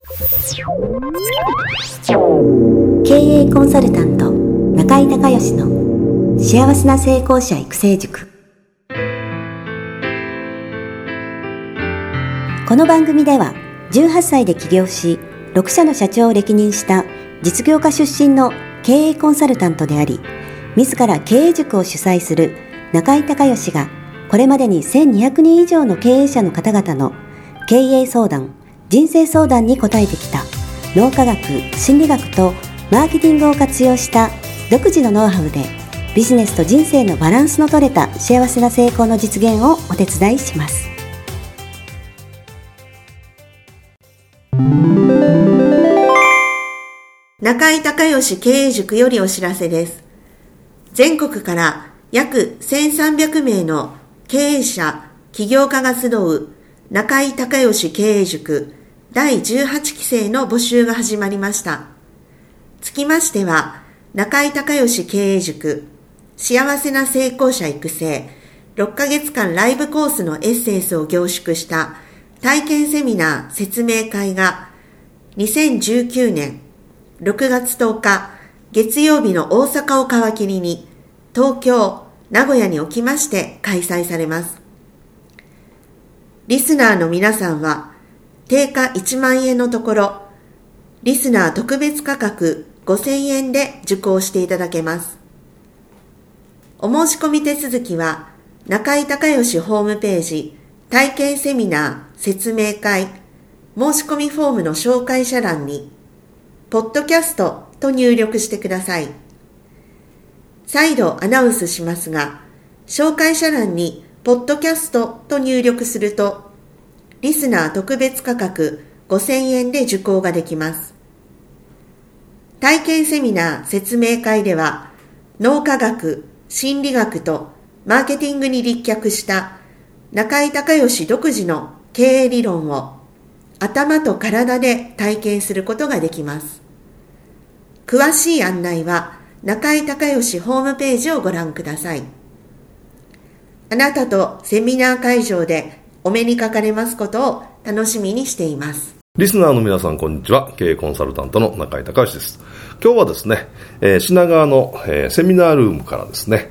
経営コンサルタント中井孝義の幸せな成功者育成塾。この番組では18歳で起業し6社の社長を歴任した実業家出身の経営コンサルタントであり、自ら経営塾を主催する中井孝義がこれまでに1200人以上の経営者の方々の経営相談、人生相談に応えてきた脳科学、心理学とマーケティングを活用した独自のノウハウでビジネスと人生のバランスの取れた幸せな成功の実現をお手伝いします。 中井孝義経営塾よりお知らせです。全国から約1300名の経営者、起業家が集う中井孝義経営塾第18期生の募集が始まりました。つきましては、中井孝義経営塾幸せな成功者育成6ヶ月間ライブコースのエッセンスを凝縮した体験セミナー説明会が2019年6月10日月曜日の大阪を皮切りに東京、名古屋におきまして開催されます。リスナーの皆さんは定価1万円のところ、リスナー特別価格5000円で受講していただけます。お申し込み手続きは中井孝義ホームページ体験セミナー説明会申し込みフォームの紹介者欄にポッドキャストと入力してください。再度アナウンスしますが、紹介者欄にポッドキャストと入力すると、リスナー特別価格5000円で受講ができます。体験セミナー説明会では、脳科学、心理学とマーケティングに立脚した中井孝義独自の経営理論を頭と体で体験することができます。詳しい案内は中井孝義ホームページをご覧ください。あなたとセミナー会場でお目にかかれますことを楽しみにしています。 リスナーの皆さん、こんにちは。経営コンサルタントの中井孝義です。今日はですね、品川の、セミナールームからですね、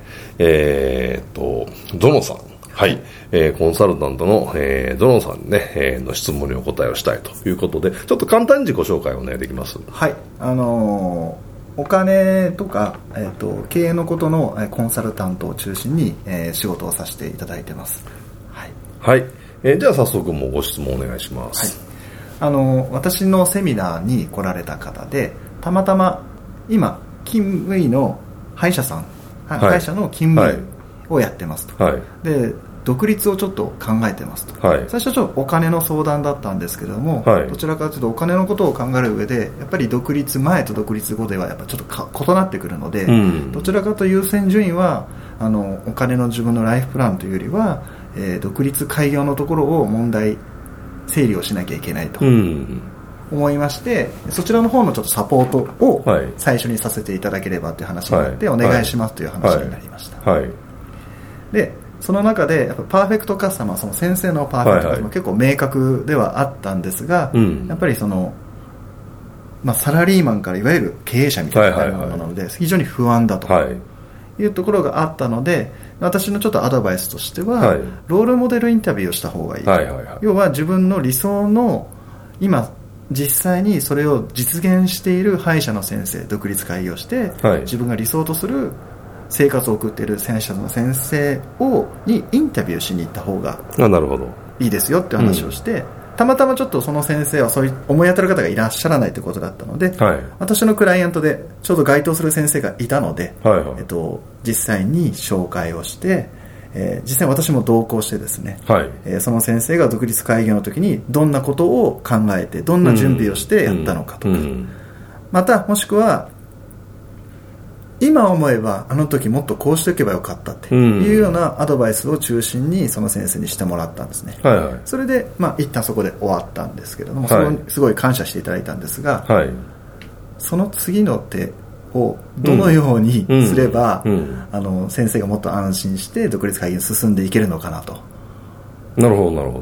ゾノさん、はい、コンサルタントの、ゾノさんにね、の質問にお答えをしたいということで、ちょっと簡単に自己紹介をお願いできます。 はい、お金とか、経営のことのコンサルタントを中心に、仕事をさせていただいてます。はい。 はい。じゃあ早速もうご質問お願いします。 はい。私のセミナーに来られた方で、たまたま今勤務医の歯医者さん、はい、歯医者の勤務医をやってますと。はい。で、独立をちょっと考えてますと、はい、最初はちょっとお金の相談だったんですけれども、はい、どちらかというとお金のことを考える上でやっぱり独立前と独立後ではやっぱちょっと異なってくるので、どちらかと優先順位はお金の自分のライフプランというよりは、独立開業のところを問題整理をしなきゃいけないと思いまして、そちらの方のちょっとサポートを最初にさせていただければという話になって、お願いしますという話になりました。でその中でやっぱパーフェクトカスタマー、その先生のパーフェクトカスタマー、結構明確ではあったんですが、やっぱりその、サラリーマンからいわゆる経営者みたいなものなので、非常に不安だというところがあったので、私のちょっとアドバイスとしては、ロールモデルインタビューをした方がいい、要は自分の理想の今実際にそれを実現している歯医者の先生、独立開業して、自分が理想とする生活を送っている先生にインタビューしに行った方がいいですよって話をして、たまたまちょっとその先生はそういう思い当たる方がいらっしゃらないということだったので、私のクライアントでちょうど該当する先生がいたので、実際に紹介をして、実際私も同行してですね、その先生が独立開業の時にどんなことを考えてどんな準備をしてやったのかとか、またもしくは今思えばあの時もっとこうしておけばよかったっていうようなアドバイスを中心にその先生にしてもらったんですね。それで一旦そこで終わったんですけれども、すごい感謝していただいたんですが、その次の手をどのようにすれば、先生がもっと安心して独立会議に進んでいけるのかなと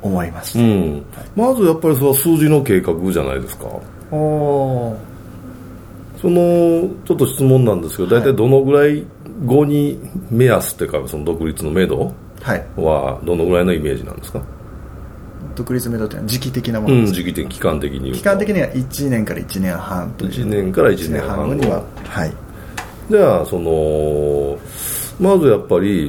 思いました、 まずやっぱりそれは数字の計画じゃないですか。ちょっと質問なんですけど、大体どのぐらい後に目安っていうか、その独立の目処はどのぐらいのイメージなんですか？ 独立目処というのは時期的なものですか？ 時期的、期間的に言うと。 期間的には1年から1年半という。 1年から1年半後には、はい。 じゃあまずやっぱり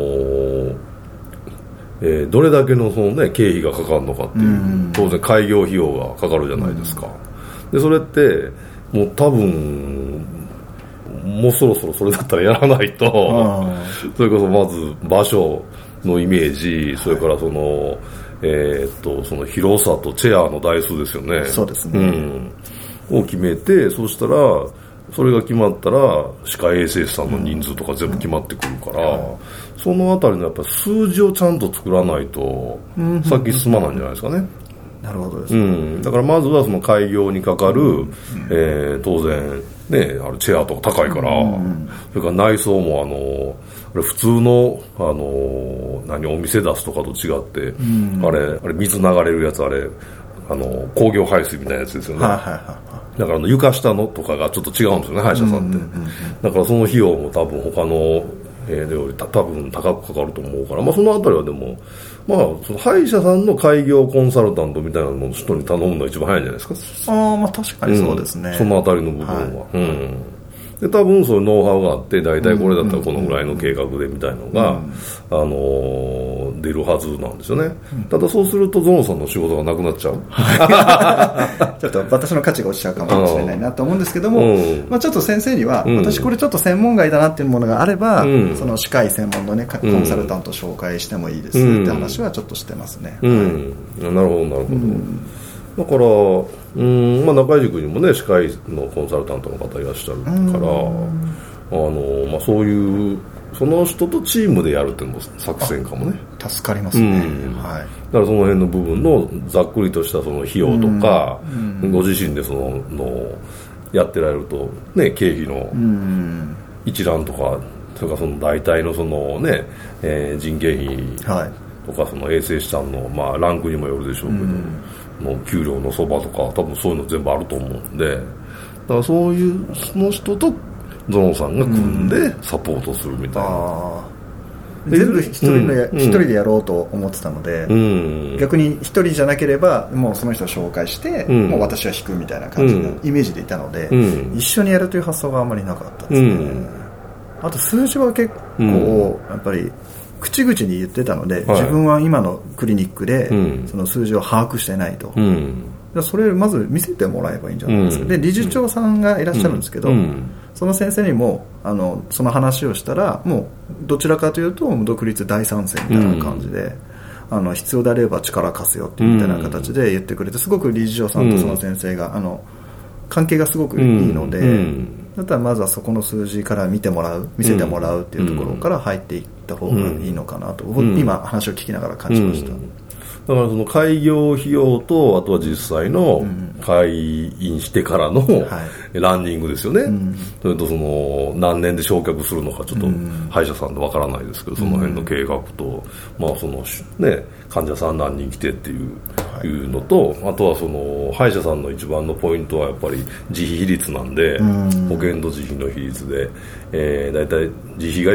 どれだけの経費がかかるのかっていう、当然開業費用がかかるじゃないですか。でそれってもう多分もうそろそろそれだったらやらないと、それこそまず場所のイメージ、それからその広さとチェアの台数ですよね。 そうですね、 を決めて、そうしたらそれが決まったら歯科衛生士さんの人数とか全部決まってくるから、そのあたりのやっぱり数字をちゃんと作らないと先進まないんじゃないですかね。 なるほどですね、 だからまずはその開業にかかる、当然ね、チェアとか高いから、それから内装も普通のお店出すとかと違って、あれ水流れるやつ、工業排水みたいなやつですよね。だから床下のとかがちょっと違うんですよね、歯医者さんって。だからその費用も多分他のより多分高くかかると思うから、そのあたりはでもその歯医者さんの開業コンサルタントみたいなのの人に頼むのが一番早いんじゃないですか。 確かにそうですね、 そのあたりの部分は、で多分そういうノウハウがあって、大体これだったらこのぐらいの計画でみたいなのが、出るはずなんですよね。ただそうするとゾノさんの仕事がなくなっちゃうちょっと私の価値が落ちちゃうかもしれないなと思うんですけども、ちょっと先生には、私これちょっと専門外だなっていうものがあれば、その歯科医専門の、コンサルタントを紹介してもいいですって話はちょっとしてますね。 なるほどなるほど、だから中井塾にもね、歯科医のコンサルタントの方いらっしゃるから、そういうその人とチームでやるっていうのも作戦かもね。 助かりますね、 だからその辺の部分のざっくりとしたその費用とか、ご自身でそのやってられるとね、経費の一覧とか、それからその大体のそのね、人件費とか、その衛生士さんのランクにもよるでしょうけど、の給料の相場とか多分そういうの全部あると思うんで、だからそういうその人とゾノさんが組んでサポートするみたいな、 全部一人でやろうと思ってたので、逆に一人じゃなければもうその人を紹介して、もう私は引くみたいな感じのイメージでいたので、一緒にやるという発想があんまりなかったですね。あと数字は結構やっぱり口々に言ってたので、自分は今のクリニックでその数字を把握してないと、それをまず見せてもらえばいいんじゃないですか。で理事長さんがいらっしゃるんですけど、その先生にもその話をしたら、もうどちらかというと独立大賛成みたいな感じで、必要であれば力貸すよってみたいな形で言ってくれて、すごく理事長さんとその先生が関係がすごくいいので、だったらまずはそこの数字から見せてもらうっていうところから入っていった方がいいのかなと、今話を聞きながら感じました。 だからその開業費用と、あとは実際の開院してからのランニングですよね。それとその何年で償却するのかちょっと歯医者さんでわからないですけど、その辺の計画と、そのね、患者さん何人来てっていうのと、あとはその歯医者さんの一番のポイントはやっぱり自費比率なんで、保険と自費の比率で、だいたい自費が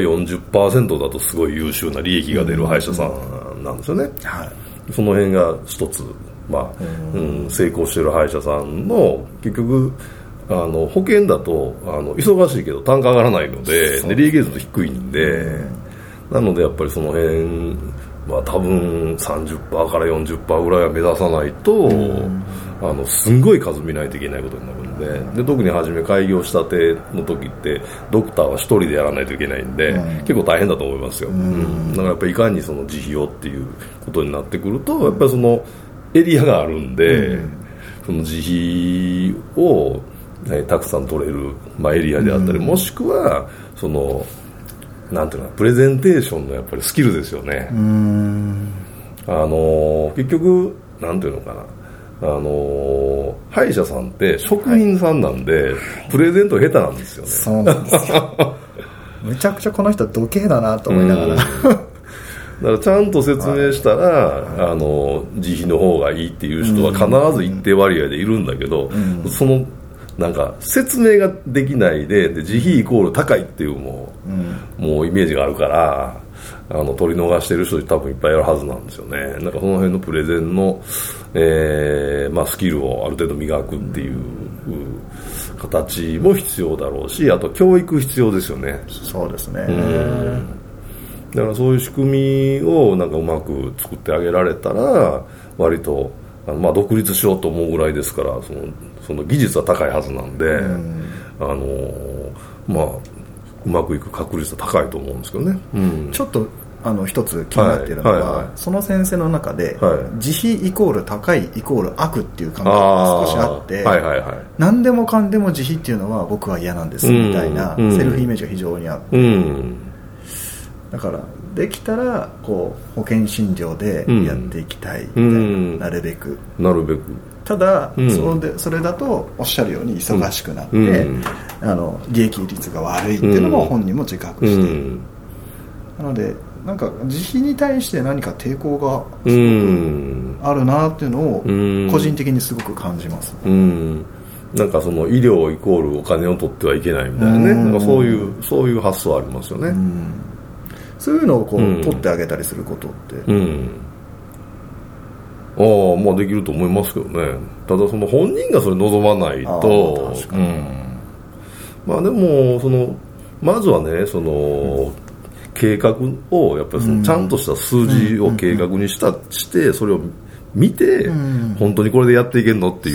40% だとすごい優秀な利益が出る歯医者さんなんですよね。その辺が一つ、成功している歯医者さんの結局保険だと忙しいけど単価上がらないので、利益率低いんで、なのでやっぱりその辺は多分 30% から 40% ぐらいは目指さないと、すんごい数見ないといけないことになるんで、特に初め開業したての時ってドクターは一人でやらないといけないんで、結構大変だと思いますよ。だからやっぱりいかにその自費をっていうことになってくると、やっぱりそのエリアがあるんで、その自費を、たくさん取れる、エリアであったり、もしくはそのなんていうの、プレゼンテーションのやっぱりスキルですよね。結局なんていうのかな、歯医者さんって職人さんなんで、プレゼント下手なんですよね。 そうなんですよめちゃくちゃこの人土形だなと思いながらだからちゃんと説明したら、自費の方がいいっていう人は必ず一定割合でいるんだけど、そのなんか説明ができないで自費イコール高いっていうもうイメージがあるから取り逃してる人多分いっぱいいるはずなんですよね。なんかその辺のプレゼンの、スキルをある程度磨くっていう形も必要だろうし、あと教育必要ですよね。 そうですね。 だからそういう仕組みをなんかうまく作ってあげられたら割と独立しようと思うぐらいですから、その技術は高いはずなんで、うまくいく確率は高いと思うんですけどね。 ちょっと一つ気になっているのは、その先生の中で、自費イコール高いイコール悪っていう感覚が少しあって、何でもかんでも自費っていうのは僕は嫌なんですみたいなセルフイメージが非常にあって、だからできたら保険診療でやっていきたいみたいな、なるべくただ、それだとおっしゃるように忙しくなって、利益率が悪いっていうのも本人も自覚している、なのでなんか自費に対して何か抵抗がすごくあるなっていうのを個人的にすごく感じます、 なんかその医療イコールお金を取ってはいけないみたいなね、なんかそういう発想ありますよね。 そういうのを取ってあげたりすることって、 できると思いますけどね。ただその本人がそれ望まないと、でもまずはね計画をやっぱりちゃんとした数字を計画にしてそれを見て、本当にこれでやっていけるのっていう、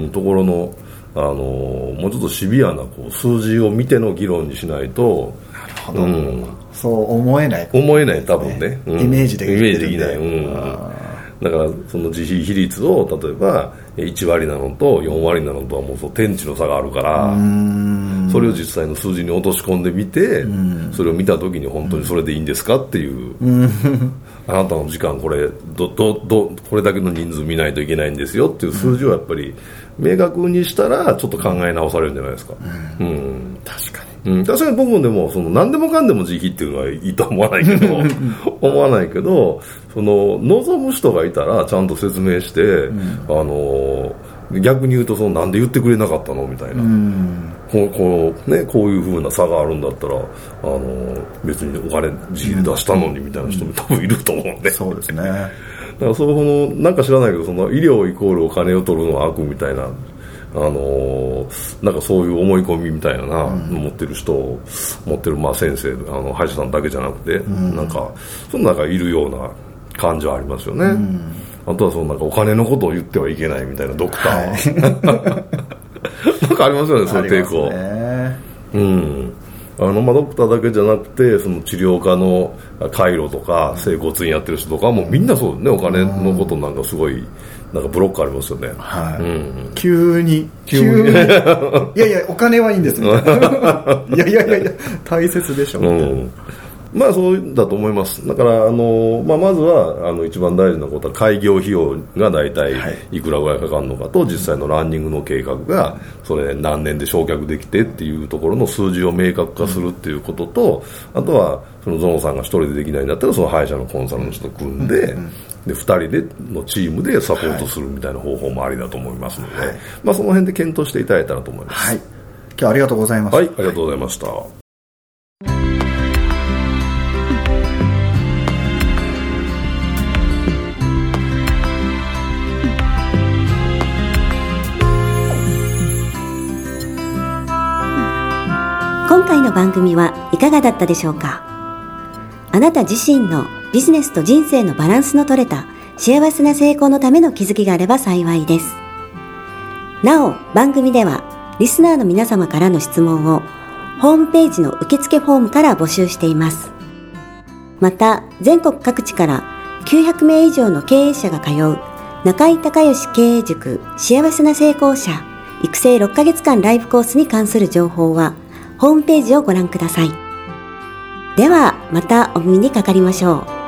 ところのもうちょっとシビアな数字を見ての議論にしないと。 なるほど、そう思えない多分ね、 イメージできない、だからその自費比率を例えば1割なのと4割なのとはもう天地の差があるから、それを実際の数字に落とし込んでみて、それを見た時に本当にそれでいいんですかっていう、あなたの時間これだけの人数見ないといけないんですよっていう数字をやっぱり明確にしたらちょっと考え直されるんじゃないですか。 確かに確かに僕でも何でもかんでも自費っていうのはいいとは思わないけど望む人がいたらちゃんと説明して、逆に言うとなんで言ってくれなかったのみたいな、こういう風な差があるんだったら別にお金自費で出したのにみたいな人も多分いると思うんで、 そうですね。だからなんか知らないけど医療イコールお金を取るのは悪みたいななんかそういう思い込みみたいな持ってる先生歯医者さんだけじゃなくて、なんかその中いるような感じはありますよね。あとはなんかお金のことを言ってはいけないみたいなドクターは、なんかありますよね、そういう抵抗。ドクターだけじゃなくて治療科の回路とか整骨院やってる人とかもみんなそうね、お金のことなんかすごいなんかブロックありますよね。 急にいやいやお金はいいんですみたいないや大切でしょみたいな、 そうだと思います。だから、まずは一番大事なことは開業費用が大体いくらぐらいかかるのかと、実際のランニングの計画がそれ何年で償却できてっていうところの数字を明確化するっていうことと、あとはゾノさんが一人でできないんだったらその歯医者のコンサルの人と組んで、2人でのチームでサポートするみたいな方法もありだと思いますので、その辺で検討していただいたらと思います。 今日はありがとうございました。 ありがとうございました。 今回の番組はいかがだったでしょうか。あなた自身のビジネスと人生のバランスの取れた幸せな成功のための気づきがあれば幸いです。なお、番組ではリスナーの皆様からの質問をホームページの受付フォームから募集しています。また、全国各地から900名以上の経営者が通う中井孝義経営塾幸せな成功者育成6ヶ月間ライブコースに関する情報はホームページをご覧ください。ではまたお耳にかかりましょう。